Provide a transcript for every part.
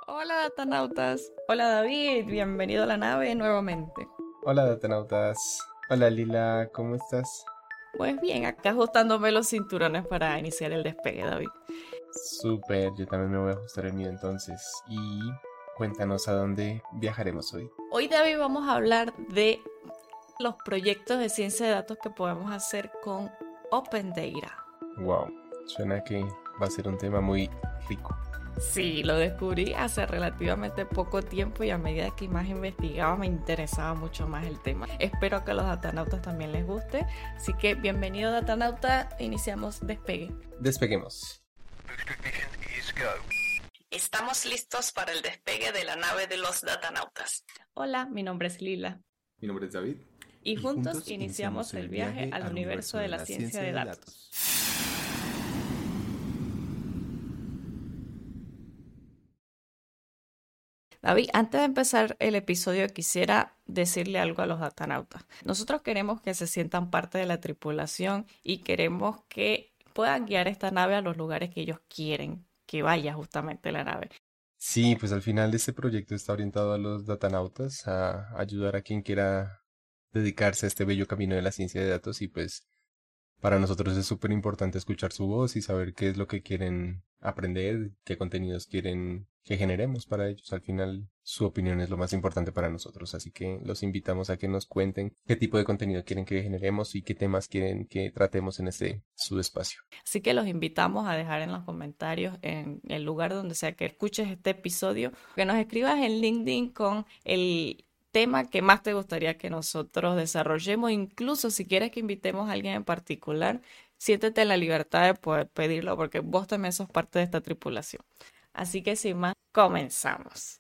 Hola, datanautas. Hola, David. Bienvenido a la nave nuevamente. Hola, datanautas. Hola, Lila, ¿cómo estás? Pues bien, acá ajustándome los cinturones para iniciar el despegue, David. Súper, yo también me voy a ajustar el mío entonces. Y cuéntanos a dónde viajaremos hoy. Hoy, David, vamos a hablar de los proyectos de ciencia de datos que podemos hacer con Open Data. Wow, suena que va a ser un tema muy rico. Sí, lo descubrí hace relativamente poco tiempo y a medida que más investigaba me interesaba mucho más el tema. Espero que a los datanautas también les guste. Así que bienvenido, datanauta. Iniciamos despegue. Despeguemos. Estamos listos para el despegue de la nave de los datanautas. Hola, mi nombre es Lila Mi nombre es David. y Y juntos juntos iniciamos el viaje al universo de la ciencia de datos. David, antes de empezar el episodio quisiera decirle algo a los datanautas. Nosotros queremos que se sientan parte de la tripulación y queremos que puedan guiar esta nave a los lugares que ellos quieren que vaya justamente la nave. Sí, pues al final este proyecto está orientado a los datanautas, a ayudar a quien quiera dedicarse a este bello camino de la ciencia de datos y pues para nosotros es súper importante escuchar su voz y saber qué es lo que quieren aprender, qué contenidos quieren que generemos para ellos. Al final, su opinión es lo más importante para nosotros, así que los invitamos a que nos cuenten qué tipo de contenido quieren que generemos y qué temas quieren que tratemos en este su espacio. Así que los invitamos a dejar en los comentarios, en el lugar donde sea que escuches este episodio, que nos escribas en LinkedIn con el tema que más te gustaría que nosotros desarrollemos. Incluso si quieres que invitemos a alguien en particular, siéntete en la libertad de poder pedirlo porque vos también sos parte de esta tripulación. Así que sin más, comenzamos.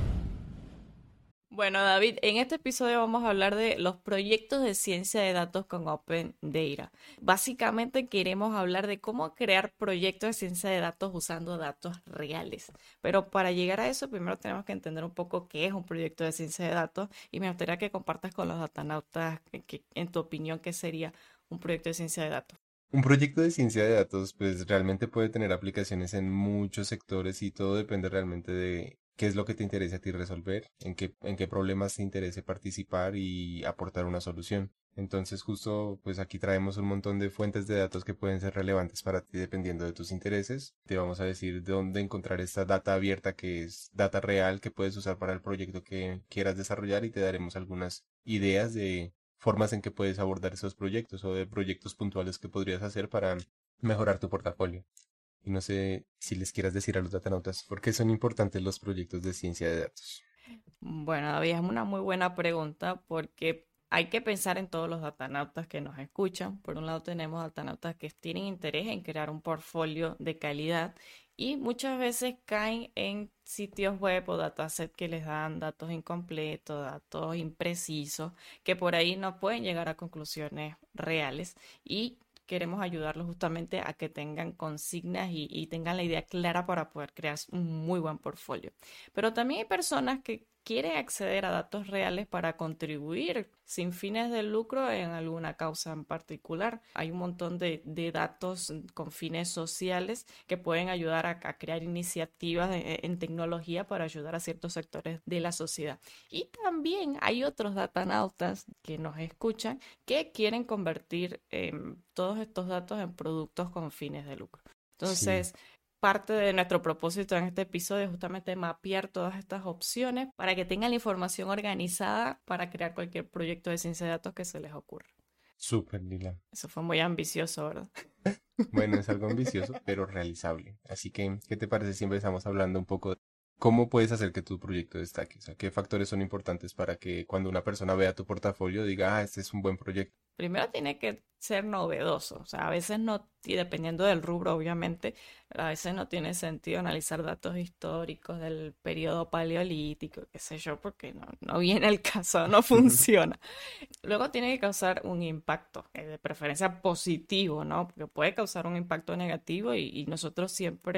Bueno, David, en este episodio vamos a hablar de los proyectos de ciencia de datos con Open Data. Básicamente queremos hablar de cómo crear proyectos de ciencia de datos usando datos reales. Pero para llegar a eso, primero tenemos que entender un poco qué es un proyecto de ciencia de datos y me gustaría que compartas con los datanautas, en tu opinión, qué sería un proyecto de ciencia de datos. Un proyecto de ciencia de datos, pues realmente puede tener aplicaciones en muchos sectores y todo depende realmente de qué es lo que te interesa a ti resolver, en qué problemas te interese participar y aportar una solución. Entonces, justo, pues aquí traemos un montón de fuentes de datos que pueden ser relevantes para ti dependiendo de tus intereses. Te vamos a decir de dónde encontrar esta data abierta que es data real que puedes usar para el proyecto que quieras desarrollar y te daremos algunas ideas de formas en que puedes abordar esos proyectos o de proyectos puntuales que podrías hacer para mejorar tu portafolio. Y no sé si les quieras decir a los datanautas por qué son importantes los proyectos de ciencia de datos. Bueno, David, es una muy buena pregunta porque hay que pensar en todos los datanautas que nos escuchan. Por un lado tenemos datanautas que tienen interés en crear un portfolio de calidad y muchas veces caen en sitios web o datasets que les dan datos incompletos, datos imprecisos, que por ahí no pueden llegar a conclusiones reales y queremos ayudarlos justamente a que tengan consignas y tengan la idea clara para poder crear un muy buen portfolio. Pero también hay personas que quieren acceder a datos reales para contribuir sin fines de lucro en alguna causa en particular. Hay un montón de datos con fines sociales que pueden ayudar a crear iniciativas en tecnología para ayudar a ciertos sectores de la sociedad. Y también hay otros datanautas que nos escuchan que quieren convertir todos estos datos en productos con fines de lucro. Sí, Entonces, parte de nuestro propósito en este episodio es justamente mapear todas estas opciones para que tengan la información organizada para crear cualquier proyecto de ciencia de datos que se les ocurra. súper Lila. Eso fue muy ambicioso, ¿verdad? Bueno, es algo ambicioso, pero realizable. Así que, ¿qué te parece si empezamos hablando un poco de cómo puedes hacer que tu proyecto destaque? O sea, ¿qué factores son importantes para que cuando una persona vea tu portafolio diga, ah, este es un buen proyecto? Primero tiene que ser novedoso, o sea, a veces no, y dependiendo del rubro, obviamente, a veces no tiene sentido analizar datos históricos del periodo paleolítico, qué sé yo, porque no viene el caso, no funciona. Luego tiene que causar un impacto, de preferencia positivo, ¿no? Porque puede causar un impacto negativo y nosotros siempre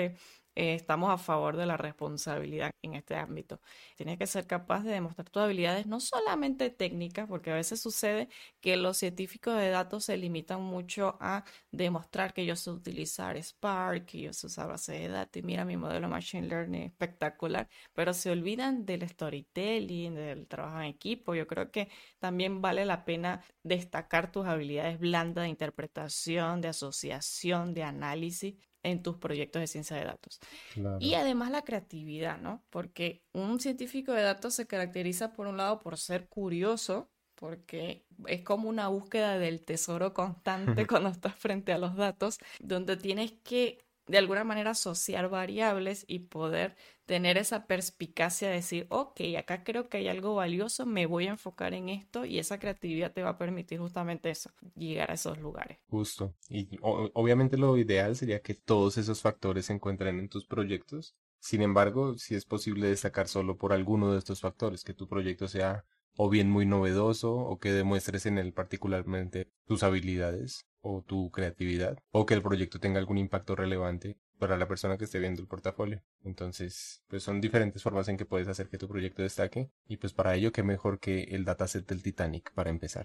estamos a favor de la responsabilidad en este ámbito. Tienes que ser capaz de demostrar tus habilidades, no solamente técnicas, porque a veces sucede que los científicos de datos se limitan mucho a demostrar que yo sé utilizar Spark, que yo sé usar base de datos, y mira mi modelo Machine Learning espectacular, pero se olvidan del storytelling, del trabajo en equipo. Yo creo que también vale la pena destacar tus habilidades blandas de interpretación, de asociación, de análisis en tus proyectos de ciencia de datos. Y Claro. además la creatividad, ¿no? Porque un científico de datos se caracteriza por un lado por ser curioso, porque es como una búsqueda del tesoro constante cuando estás frente a los datos, donde tienes que de alguna manera asociar variables y poder tener esa perspicacia de decir, ok, acá creo que hay algo valioso, me voy a enfocar en esto y esa creatividad te va a permitir justamente eso, llegar a esos lugares. Justo. Y obviamente lo ideal sería que todos esos factores se encuentren en tus proyectos. Sin embargo, si es posible destacar solo por alguno de estos factores, que tu proyecto sea o bien muy novedoso o que demuestres en él particularmente tus habilidades o tu creatividad o que el proyecto tenga algún impacto relevante para la persona que esté viendo el portafolio. Entonces, pues son diferentes formas en que puedes hacer que tu proyecto destaque y pues para ello qué mejor que el dataset del Titanic para empezar.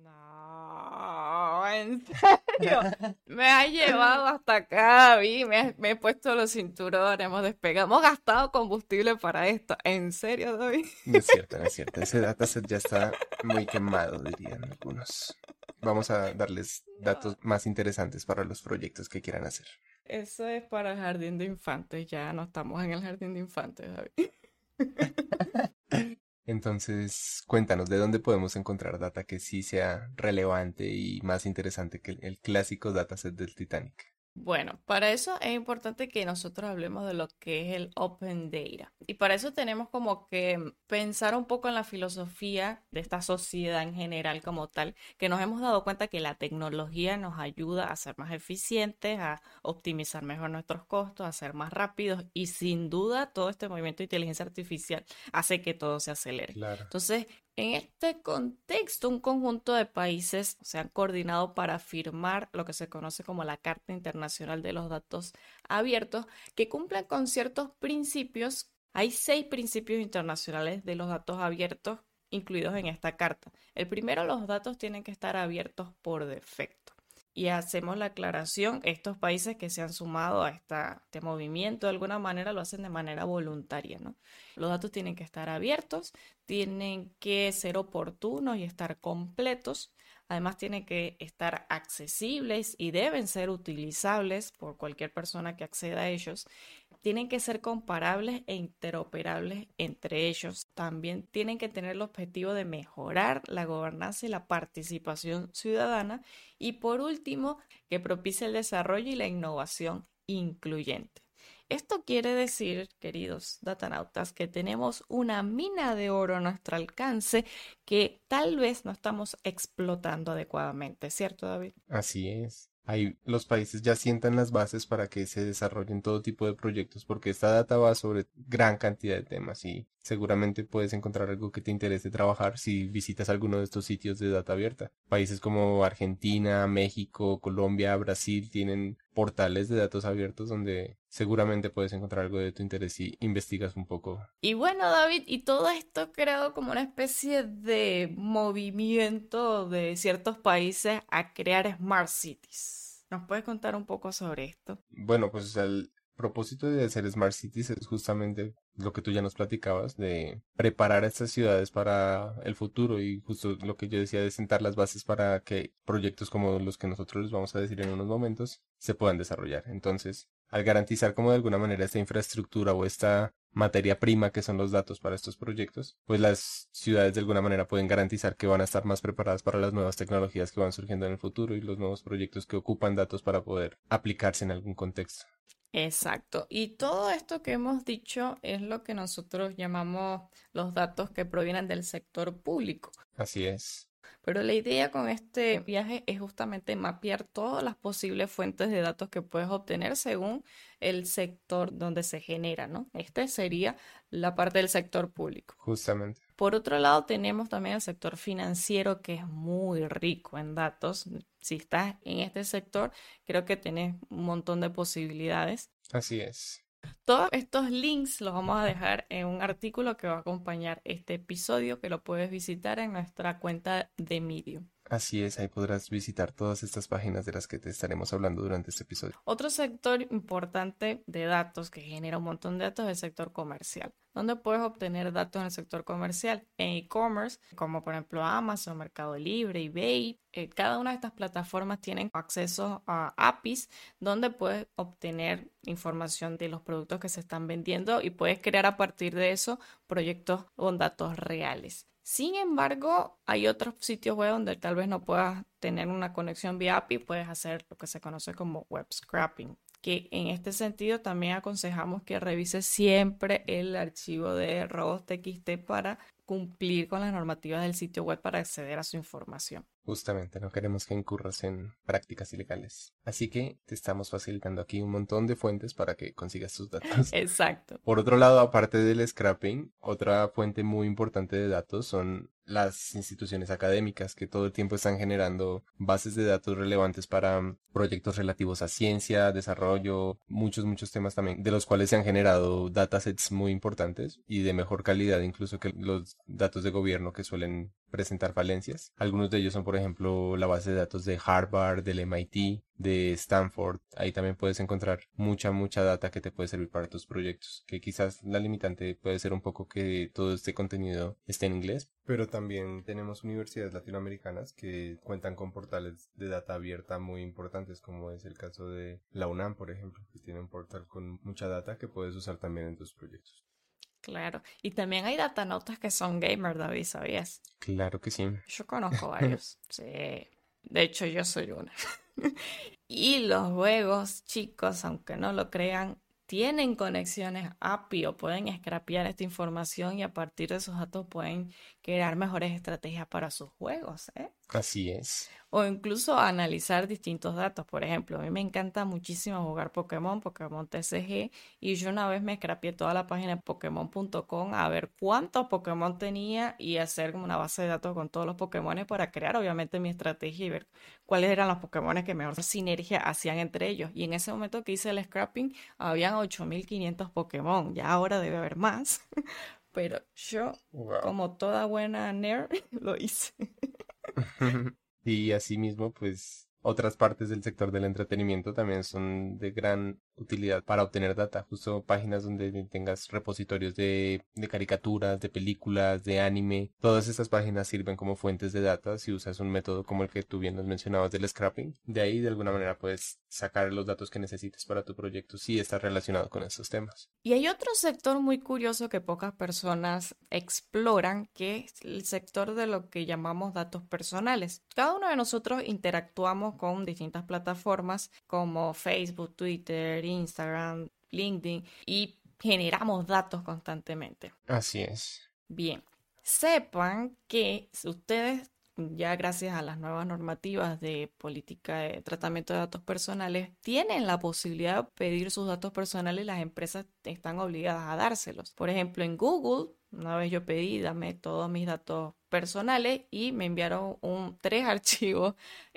No, en serio. Me ha llevado hasta acá, vi, me he puesto los cinturones, hemos despegado, hemos gastado combustible para esto. ¿En serio, David? No es cierto, no es cierto. Ese dataset ya está muy quemado, dirían algunos. Vamos a darles datos No, más interesantes para los proyectos que quieran hacer. eso es para el jardín de infantes, ya no estamos en el jardín de infantes, David. Entonces, cuéntanos, ¿de dónde podemos encontrar data que sí sea relevante y más interesante que el clásico dataset del Titanic? Bueno, para eso es importante que nosotros hablemos de lo que es el Open Data. Y para eso tenemos como que pensar un poco en la filosofía de esta sociedad en general como tal, que nos hemos dado cuenta que la tecnología nos ayuda a ser más eficientes, a optimizar mejor nuestros costos, a ser más rápidos y sin duda todo este movimiento de inteligencia artificial hace que todo se acelere. Claro. Entonces, en este contexto, un conjunto de países se han coordinado para firmar lo que se conoce como la Carta Internacional de los Datos Abiertos, que cumplen con ciertos principios. Hay 6 principios internacionales de los datos abiertos incluidos en esta carta. El primero, los datos tienen que estar abiertos por defecto. Y hacemos la aclaración, estos países que se han sumado a este movimiento de alguna manera lo hacen de manera voluntaria, ¿no? Los datos tienen que estar abiertos, tienen que ser oportunos y estar completos. Además, tienen que estar accesibles y deben ser utilizables por cualquier persona que acceda a ellos. Tienen que ser comparables e interoperables entre ellos. También tienen que tener el objetivo de mejorar la gobernanza y la participación ciudadana. Y por último, que propicie el desarrollo y la innovación incluyente. Esto quiere decir, queridos datanautas, que tenemos una mina de oro a nuestro alcance que tal vez no estamos explotando adecuadamente, ¿cierto, David? Así es. Ahí los países ya sientan las bases para que se desarrollen todo tipo de proyectos, porque esta data va sobre gran cantidad de temas y seguramente puedes encontrar algo que te interese trabajar si visitas alguno de estos sitios de data abierta. Países como Argentina, México, Colombia, Brasil tienen portales de datos abiertos donde seguramente puedes encontrar algo de tu interés si investigas un poco. Y bueno, David, y todo esto ha creado como una especie de movimiento de ciertos países a crear smart cities. ¿Nos puedes contar un poco sobre esto? Bueno, pues el propósito de hacer Smart Cities es justamente lo que tú ya nos platicabas, de preparar a estas ciudades para el futuro y justo lo que yo decía de sentar las bases para que proyectos como los que nosotros les vamos a decir en unos momentos se puedan desarrollar. Entonces, al garantizar como de alguna manera esta infraestructura o esta materia prima que son los datos para estos proyectos, pues las ciudades de alguna manera pueden garantizar que van a estar más preparadas para las nuevas tecnologías que van surgiendo en el futuro y los nuevos proyectos que ocupan datos para poder aplicarse en algún contexto. Exacto. Y todo esto que hemos dicho es lo que nosotros llamamos los datos que provienen del sector público. Así es. Pero la idea con este viaje es justamente mapear todas las posibles fuentes de datos que puedes obtener según el sector donde se genera, ¿no? Este sería la parte del sector público. Justamente. Por otro lado, tenemos también el sector financiero que es muy rico en datos. Si estás en este sector, creo que tienes un montón de posibilidades. Así es. Todos estos links los vamos a dejar en un artículo que va a acompañar este episodio, que lo puedes visitar en nuestra cuenta de Medium. Así es, ahí podrás visitar todas estas páginas de las que te estaremos hablando durante este episodio. Otro sector importante de datos que genera un montón de datos es el sector comercial. ¿Dónde puedes obtener datos en el sector comercial? En e-commerce, como por ejemplo Amazon, Mercado Libre, eBay. Cada una de estas plataformas tienen acceso a APIs donde puedes obtener información de los productos que se están vendiendo y puedes crear a partir de eso proyectos con datos reales. Sin embargo, hay otros sitios web donde tal vez no puedas tener una conexión vía API, puedes hacer lo que se conoce como web scraping, que en este sentido también aconsejamos que revises siempre el archivo de robots.txt para cumplir con las normativas del sitio web para acceder a su información. Justamente, no queremos que incurras en prácticas ilegales. Así que te estamos facilitando aquí un montón de fuentes para que consigas tus datos. Exacto. Por otro lado, aparte del scrapping, otra fuente muy importante de datos son las instituciones académicas que todo el tiempo están generando bases de datos relevantes para proyectos relativos a ciencia, desarrollo, muchos temas también, de los cuales se han generado datasets muy importantes y de mejor calidad incluso que los datos de gobierno que suelen presentar falencias. Algunos de ellos son, por ejemplo, la base de datos de Harvard, del MIT, de Stanford. Ahí también puedes encontrar mucha data que te puede servir para tus proyectos, que quizás la limitante puede ser un poco que todo este contenido esté en inglés, pero también tenemos universidades latinoamericanas que cuentan con portales de data abierta muy importantes, como es el caso de la UNAM, por ejemplo, que tiene un portal con mucha data que puedes usar también en tus proyectos. Claro. Y también hay datanautas que son gamers, David, ¿sabías? Claro que sí. Yo conozco varios. Sí. De hecho, yo soy una. Y los juegos, chicos, aunque no lo crean, tienen conexiones API o pueden scrapear esta información y a partir de esos datos pueden crear mejores estrategias para sus juegos, ¿eh? Así es. O incluso analizar distintos datos. Por ejemplo, a mí me encanta muchísimo jugar Pokémon TCG, y yo una vez me scrapeé toda la página de Pokémon.com a ver cuántos Pokémon tenía y hacer como una base de datos con todos los Pokémon para crear obviamente mi estrategia y ver cuáles eran los Pokémon que mejor sinergia hacían entre ellos. Y en ese momento que hice el scrapping, habían 8500 Pokémon. Ya ahora debe haber más. Pero yo, Wow. como toda buena nerd, lo hice. Y asimismo, pues otras partes del sector del entretenimiento también son de gran utilidad para obtener data. Justo páginas donde tengas repositorios de caricaturas, de películas, de anime. Todas estas páginas sirven como fuentes de data si usas un método como el que tú bien nos mencionabas del scrapping. De ahí de alguna manera puedes sacar los datos que necesites para tu proyecto si está relacionado con estos temas. Y hay otro sector muy curioso que pocas personas exploran, que es el sector de lo que llamamos datos personales. Cada uno de nosotros interactuamos con distintas plataformas como Facebook, Twitter, Instagram, LinkedIn y generamos datos constantemente. Así es. Bien, sepan que si ustedes, ya gracias a las nuevas normativas de política de tratamiento de datos personales, tienen la posibilidad de pedir sus datos personales y las empresas están obligadas a dárselos. Por ejemplo, en Google, una vez yo pedí, dame todos mis datos personales y me enviaron tres archivos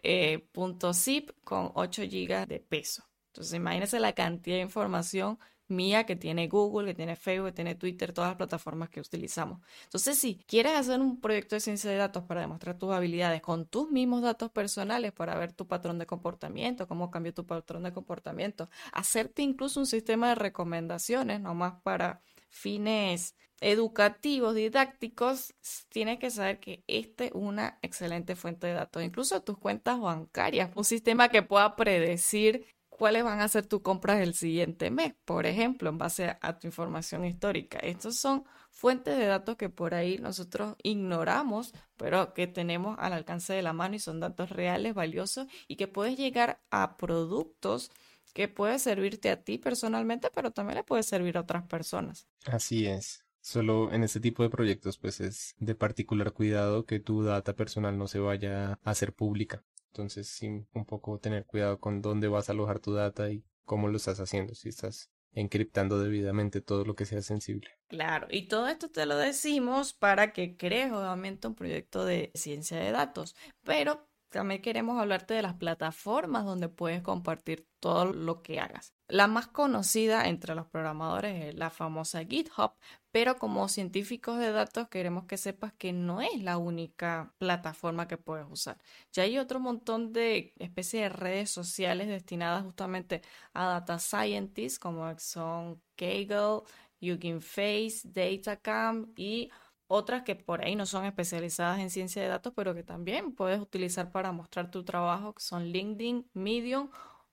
.zip con 8 gigas de peso. Entonces, imagínense la cantidad de información mía que tiene Google, que tiene Facebook, que tiene Twitter, todas las plataformas que utilizamos. Entonces, si quieres hacer un proyecto de ciencia de datos para demostrar tus habilidades con tus mismos datos personales para ver tu patrón de comportamiento, cómo cambió tu patrón de comportamiento, hacerte incluso un sistema de recomendaciones, nomás para fines educativos, didácticos, tienes que saber que esta es una excelente fuente de datos. Incluso tus cuentas bancarias, un sistema que pueda predecir cuáles van a ser tus compras el siguiente mes, por ejemplo, en base a tu información histórica. Estos son fuentes de datos que por ahí nosotros ignoramos, pero que tenemos al alcance de la mano y son datos reales, valiosos y que puedes llegar a productos que puede servirte a ti personalmente, pero también le puede servir a otras personas. Así es. Solo en este tipo de proyectos, pues es de particular cuidado que tu data personal no se vaya a hacer pública. Entonces, sí, un poco tener cuidado con dónde vas a alojar tu data y cómo lo estás haciendo, si estás encriptando debidamente todo lo que sea sensible. Claro, y todo esto te lo decimos para que crees obviamente un proyecto de ciencia de datos, pero También queremos hablarte de las plataformas donde puedes compartir todo lo que hagas. La más conocida entre los programadores es la famosa GitHub, pero como científicos de datos queremos que sepas que no es la única plataforma que puedes usar. Ya hay otro montón de especies de redes sociales destinadas justamente a data scientists como son Kaggle, Hugging Face, Datacamp y otras que por ahí no son especializadas en ciencia de datos, pero que también puedes utilizar para mostrar tu trabajo, que son LinkedIn, Medium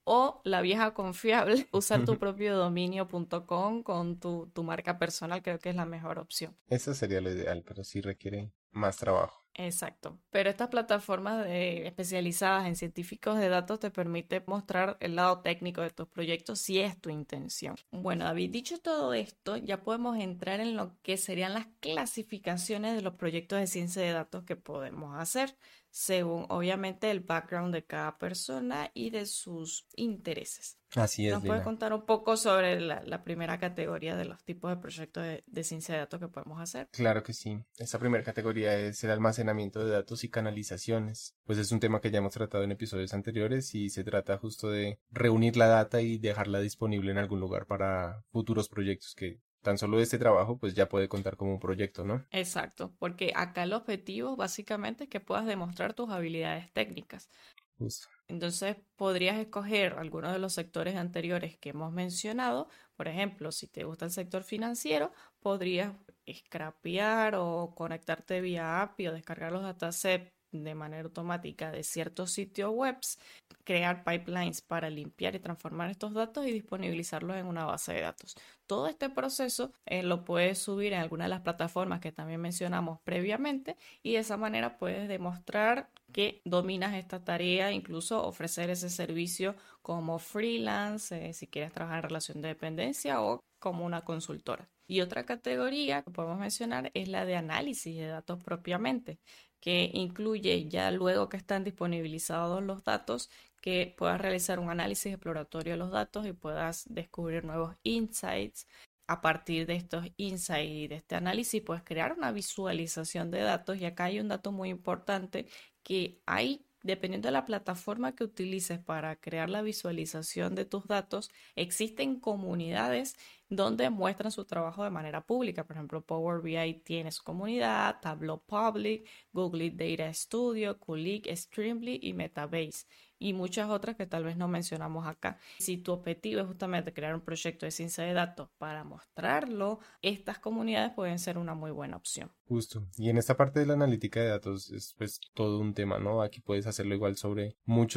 o la vieja confiable, usar tu propio dominio.com con tu marca personal, creo que es la mejor opción. Eso sería lo ideal, pero sí requiere más trabajo. Exacto. Pero estas plataformas especializadas en científicos de datos te permiten mostrar el lado técnico de tus proyectos si es tu intención. Bueno, David, dicho todo esto, ya podemos entrar en lo que serían las clasificaciones de los proyectos de ciencia de datos que podemos hacer, según obviamente el background de cada persona y de sus intereses. Así es, ¿Nos puedes Lina. contar un poco sobre la primera categoría de los tipos de proyectos de ciencia de datos que podemos hacer? Claro que sí. Esta primera categoría es el almacenamiento de datos y canalizaciones. Pues es un tema que ya hemos tratado en episodios anteriores y se trata justo de reunir la data y dejarla disponible en algún lugar para futuros proyectos que tan solo este trabajo pues ya puede contar como un proyecto, ¿no? Exacto, porque acá el objetivo básicamente es que puedas demostrar tus habilidades técnicas. Justo. Entonces, podrías escoger algunos de los sectores anteriores que hemos mencionado. Por ejemplo, si te gusta el sector financiero, podrías scrapear o conectarte vía API o descargar los datasets de manera automática de ciertos sitios web, crear pipelines para limpiar y transformar estos datos y disponibilizarlos en una base de datos. Todo este proceso lo puedes subir en alguna de las plataformas que también mencionamos previamente y de esa manera puedes demostrar que dominas esta tarea, incluso ofrecer ese servicio como freelance, si quieres trabajar en relación de dependencia o como una consultora. Y otra categoría que podemos mencionar es la de análisis de datos propiamente, que incluye ya luego que están disponibilizados los datos, que puedas realizar un análisis exploratorio de los datos y puedas descubrir nuevos insights. A partir de estos insights y de este análisis, puedes crear una visualización de datos. Y acá hay un dato muy importante que hay, dependiendo de la plataforma que utilices para crear la visualización de tus datos, existen comunidades donde muestran su trabajo de manera pública. Por ejemplo, Power BI tiene su comunidad, Tableau Public, Google Data Studio, Qlik, Streamlit y Metabase y muchas otras que tal vez no mencionamos acá. Si tu objetivo es justamente crear un proyecto de ciencia de datos para mostrarlo, estas comunidades pueden ser una muy buena opción. Justo. Y en esta parte de la analítica de datos es pues todo un tema, ¿no? Aquí puedes hacerlo igual sobre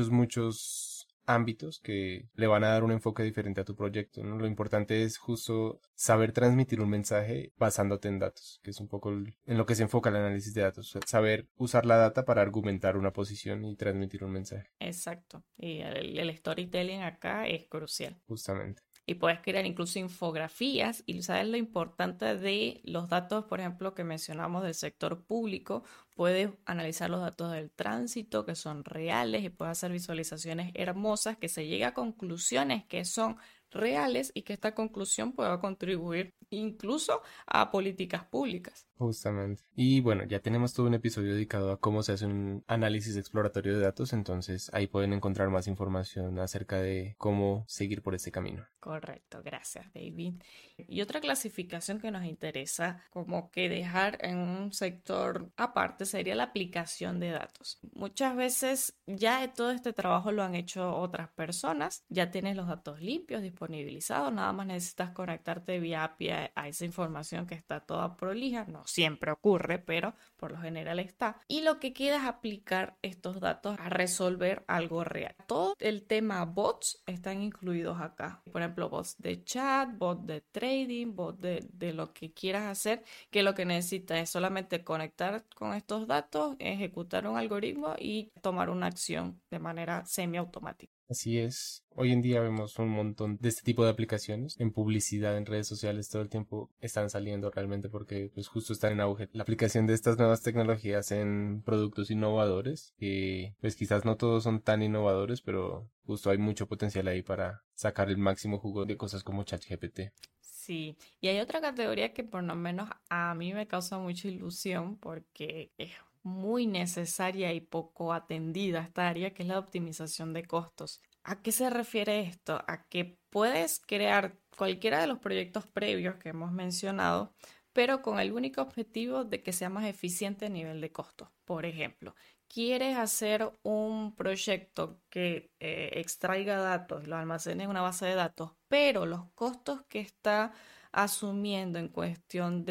muchos ámbitos que le van a dar un enfoque diferente a tu proyecto, ¿no? Lo importante es justo saber transmitir un mensaje basándote en datos, que es un poco en lo que se enfoca el análisis de datos, saber usar la data para argumentar una posición y transmitir un mensaje. Exacto. Y el storytelling acá es crucial. Justamente. Y puedes crear incluso infografías y sabes lo importante de los datos, por ejemplo, que mencionamos del sector público. Puedes analizar los datos del tránsito que son reales y puedes hacer visualizaciones hermosas que se llegue a conclusiones que son reales y que esta conclusión pueda contribuir incluso a políticas públicas. Justamente. Y bueno, ya tenemos todo un episodio dedicado a cómo se hace un análisis exploratorio de datos, entonces ahí pueden encontrar más información acerca de cómo seguir por este camino. Correcto, gracias, David. Y otra clasificación que nos interesa como que dejar en un sector aparte sería la aplicación de datos. Muchas veces ya todo este trabajo lo han hecho otras personas, ya tienes los datos limpios, disponibilizados, nada más necesitas conectarte vía API a esa información que está toda prolija, no siempre ocurre, pero por lo general está. Y lo que queda es aplicar estos datos a resolver algo real. Todo el tema bots están incluidos acá. Por ejemplo, bots de chat, bots de trading, bots de lo que quieras hacer, que lo que necesitas es solamente conectar con estos datos, ejecutar un algoritmo y tomar una acción de manera semiautomática. Así es. Hoy en día vemos un montón de este tipo de aplicaciones en publicidad, en redes sociales, todo el tiempo están saliendo realmente porque pues justo están en auge. La aplicación de estas nuevas tecnologías en productos innovadores, que pues quizás no todos son tan innovadores, pero justo hay mucho potencial ahí para sacar el máximo jugo de cosas como ChatGPT. Sí, y hay otra categoría que por lo menos a mí me causa mucha ilusión porque es muy necesaria y poco atendida esta área, que es la optimización de costos. ¿A qué se refiere esto? A que puedes crear cualquiera de los proyectos previos que hemos mencionado, pero con el único objetivo de que sea más eficiente a nivel de costos. Por ejemplo, quieres hacer un proyecto que extraiga datos y los almacene en una base de datos, pero los costos que está asumiendo en cuestión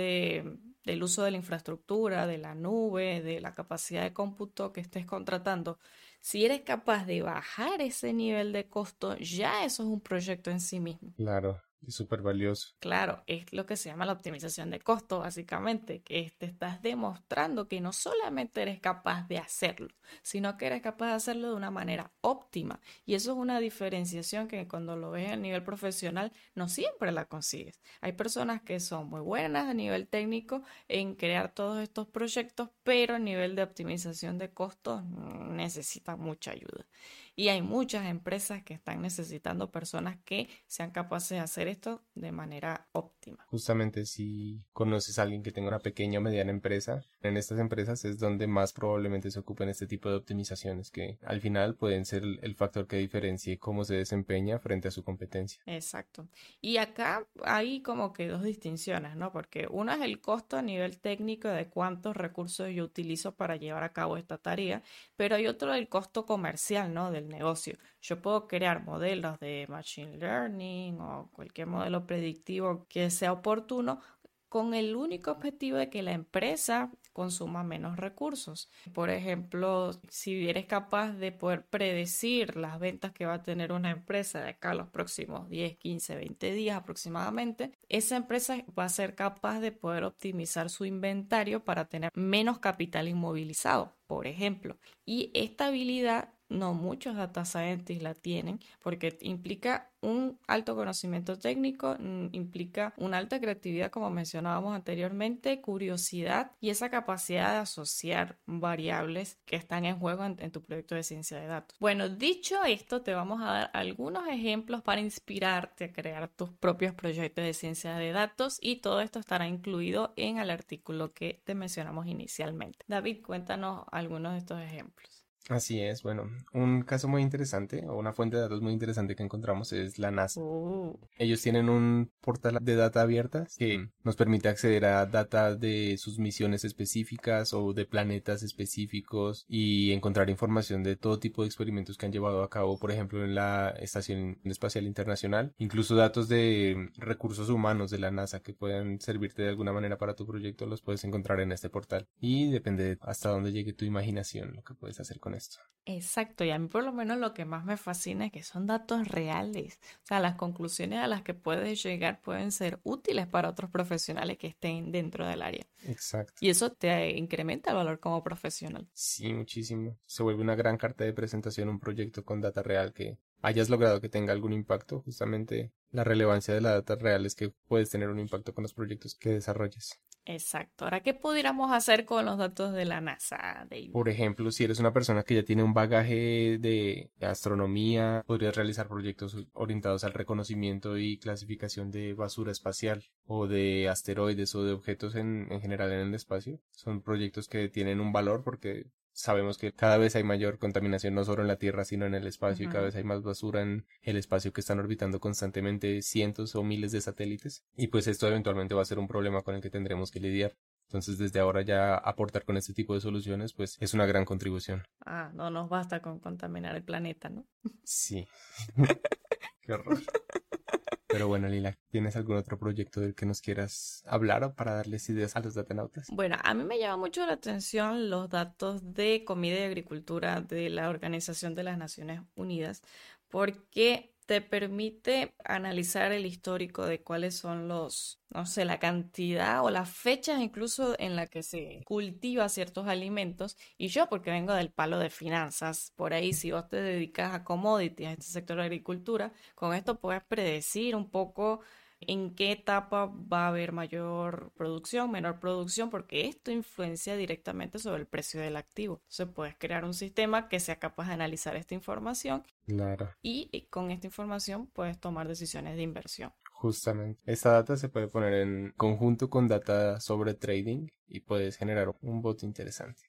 del uso de la infraestructura, de la nube, de la capacidad de cómputo que estés contratando, si eres capaz de bajar ese nivel de costo, ya eso es un proyecto en sí mismo. Claro, es súper valioso. Claro, es lo que se llama la optimización de costo, básicamente, que te estás demostrando que no solamente eres capaz de hacerlo, sino que eres capaz de hacerlo de una manera óptima. Y eso es una diferenciación que cuando lo ves a nivel profesional no siempre la consigues. Hay personas que son muy buenas a nivel técnico en crear todos estos proyectos, pero a nivel de optimización de costos necesitan mucha ayuda. Y hay muchas empresas que están necesitando personas que sean capaces de hacer esto de manera óptima. Justamente si conoces a alguien que tenga una pequeña o mediana empresa, en estas empresas es donde más probablemente se ocupen este tipo de optimizaciones que al final pueden ser el factor que diferencie cómo se desempeña frente a su competencia. Exacto. Y acá hay como que dos distinciones, ¿no? Porque una es el costo a nivel técnico de cuántos recursos yo utilizo para llevar a cabo esta tarea, pero hay otro el costo comercial, ¿no? Del negocio. Yo puedo crear modelos de machine learning o cualquier modelo predictivo que sea oportuno con el único objetivo de que la empresa consuma menos recursos. Por ejemplo, si eres capaz de poder predecir las ventas que va a tener una empresa de acá a los próximos 10, 15, 20 días aproximadamente, esa empresa va a ser capaz de poder optimizar su inventario para tener menos capital inmovilizado, por ejemplo. Y esta habilidad no muchos data scientists la tienen porque implica un alto conocimiento técnico, implica una alta creatividad, como mencionábamos anteriormente, curiosidad y esa capacidad de asociar variables que están en juego en tu proyecto de ciencia de datos. Bueno, dicho esto, te vamos a dar algunos ejemplos para inspirarte a crear tus propios proyectos de ciencia de datos y todo esto estará incluido en el artículo que te mencionamos inicialmente. David, cuéntanos algunos de estos ejemplos. Así es, bueno, un caso muy interesante o una fuente de datos muy interesante que encontramos es la NASA. Ellos tienen un portal de data abierta que nos permite acceder a data de sus misiones específicas o de planetas específicos y encontrar información de todo tipo de experimentos que han llevado a cabo, por ejemplo, en la Estación Espacial Internacional, incluso datos de recursos humanos de la NASA que puedan servirte de alguna manera para tu proyecto, los puedes encontrar en este portal y depende de hasta dónde llegue tu imaginación, lo que puedes hacer con esto. Exacto, y a mí por lo menos lo que más me fascina es que son datos reales. O sea, las conclusiones a las que puedes llegar pueden ser útiles para otros profesionales que estén dentro del área. Exacto. Y eso te incrementa el valor como profesional. Sí, muchísimo. Se vuelve una gran carta de presentación un proyecto con data real que hayas logrado que tenga algún impacto. Justamente la relevancia de la data real es que puedes tener un impacto con los proyectos que desarrolles. Exacto. Ahora, ¿qué pudiéramos hacer con los datos de la NASA, David? Por ejemplo, si eres una persona que ya tiene un bagaje de astronomía, podrías realizar proyectos orientados al reconocimiento y clasificación de basura espacial o de asteroides o de objetos en general en el espacio. Son proyectos que tienen un valor porque sabemos que cada vez hay mayor contaminación no solo en la Tierra sino en el espacio y cada vez hay más basura en el espacio que están orbitando constantemente cientos o miles de satélites y pues esto eventualmente va a ser un problema con el que tendremos que lidiar. Entonces desde ahora ya aportar con este tipo de soluciones pues es una gran contribución. Ah, no nos basta con contaminar el planeta, ¿no? Sí. Qué horror. Pero bueno, Lila, ¿tienes algún otro proyecto del que nos quieras hablar o para darles ideas a los datanautas? Bueno, a mí me llama mucho la atención los datos de comida y agricultura de la Organización de las Naciones Unidas, porque te permite analizar el histórico de cuáles son los, no sé, la cantidad o las fechas incluso en la que se cultiva ciertos alimentos. Y yo, porque vengo del palo de finanzas, por ahí si vos te dedicas a commodities, a este sector de agricultura, con esto puedes predecir un poco en qué etapa va a haber mayor producción, menor producción, porque esto influencia directamente sobre el precio del activo. Entonces puedes crear un sistema que sea capaz de analizar esta información. Claro. Y con esta información puedes tomar decisiones de inversión. Justamente. Esta data se puede poner en conjunto con data sobre trading y puedes generar un bot interesante.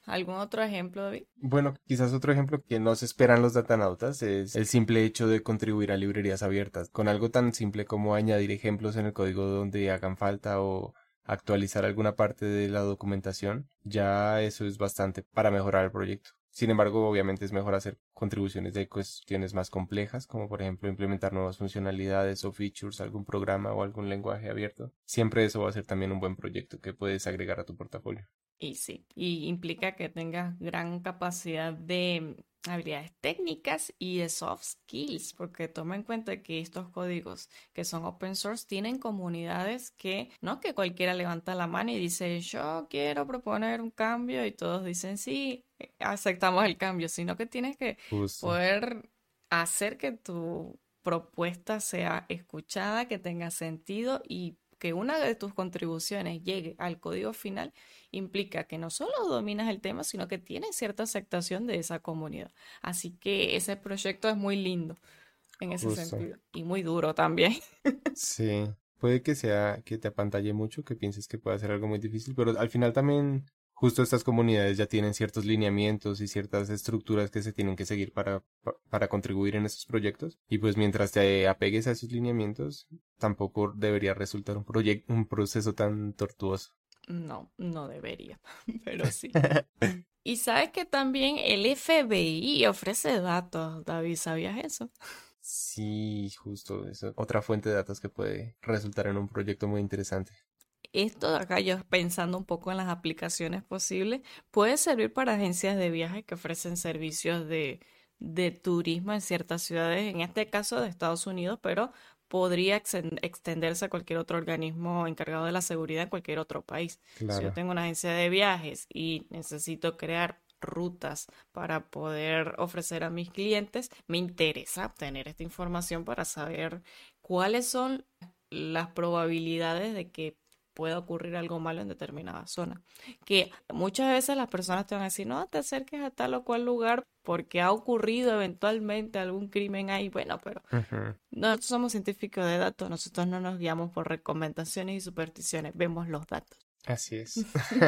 ¿Algún otro ejemplo, David? Bueno, quizás otro ejemplo que no se esperan los datanautas es el simple hecho de contribuir a librerías abiertas, con algo tan simple como añadir ejemplos en el código donde hagan falta o actualizar alguna parte de la documentación. Ya eso es bastante para mejorar el proyecto. Sin embargo, obviamente es mejor hacer contribuciones de cuestiones más complejas, como por ejemplo implementar nuevas funcionalidades o features, algún programa o algún lenguaje abierto. Siempre eso va a ser también un buen proyecto que puedes agregar a tu portafolio. Y sí, y implica que tengas gran capacidad de habilidades técnicas y de soft skills, porque toma en cuenta que estos códigos que son open source tienen comunidades que no que cualquiera levanta la mano y dice yo quiero proponer un cambio y todos dicen sí, aceptamos el cambio, sino que tienes que Justo. poder hacer que tu propuesta sea escuchada, que tenga sentido y que una de tus contribuciones llegue al código final implica que no solo dominas el tema, sino que tienes cierta aceptación de esa comunidad. Así que ese proyecto es muy lindo en ese Justo. sentido y muy duro también. Sí. Puede que sea que te apantalle mucho, que pienses que puede ser algo muy difícil, pero al final también justo estas comunidades ya tienen ciertos lineamientos y ciertas estructuras que se tienen que seguir para contribuir en estos proyectos. Y pues mientras te apegues a esos lineamientos, tampoco debería resultar un proceso tan tortuoso. No, no debería, pero sí. Y sabes que también el FBI ofrece datos, David, ¿sabías eso? Sí, justo, eso. Otra fuente de datos que puede resultar en un proyecto muy interesante. Esto de acá, yo pensando un poco en las aplicaciones posibles, puede servir para agencias de viajes que ofrecen servicios de turismo en ciertas ciudades, en este caso de Estados Unidos, pero podría extenderse a cualquier otro organismo encargado de la seguridad en cualquier otro país. Si yo Claro. tengo una agencia de viajes y necesito crear rutas para poder ofrecer a mis clientes, me interesa obtener esta información para saber cuáles son las probabilidades de que pueda ocurrir algo malo en determinada zona. Que muchas veces las personas te van a decir, no te acerques a tal o cual lugar porque ha ocurrido eventualmente algún crimen ahí. Bueno, pero Ujú. nosotros somos científicos de datos, nosotros no nos guiamos por recomendaciones y supersticiones, vemos los datos. Así es.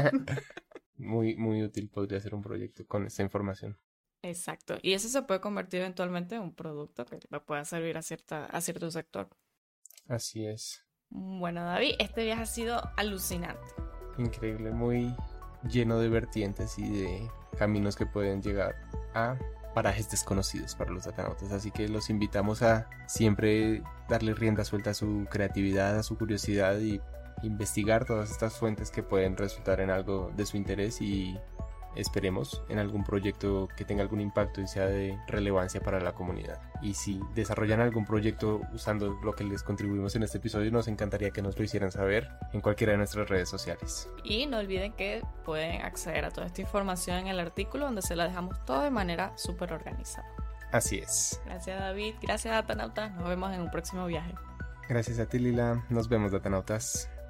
Muy, muy útil podría ser un proyecto con esta información. Exacto. Y eso se puede convertir eventualmente en un producto que le pueda servir a cierto sector. Así es. Bueno, David, este viaje ha sido alucinante. Increíble, muy lleno de vertientes y de caminos que pueden llegar a parajes desconocidos para los datanautas. Así que los invitamos a siempre darle rienda suelta a su creatividad, a su curiosidad y investigar todas estas fuentes que pueden resultar en algo de su interés y esperemos en algún proyecto que tenga algún impacto y sea de relevancia para la comunidad. Y si desarrollan algún proyecto usando lo que les contribuimos en este episodio, nos encantaría que nos lo hicieran saber en cualquiera de nuestras redes sociales. Y no olviden que pueden acceder a toda esta información en el artículo donde se la dejamos todo de manera súper organizada. Así es. Gracias, David. Gracias, Atanautas. Nos vemos en un próximo viaje. Gracias a ti, Lila. Nos vemos, datanautas.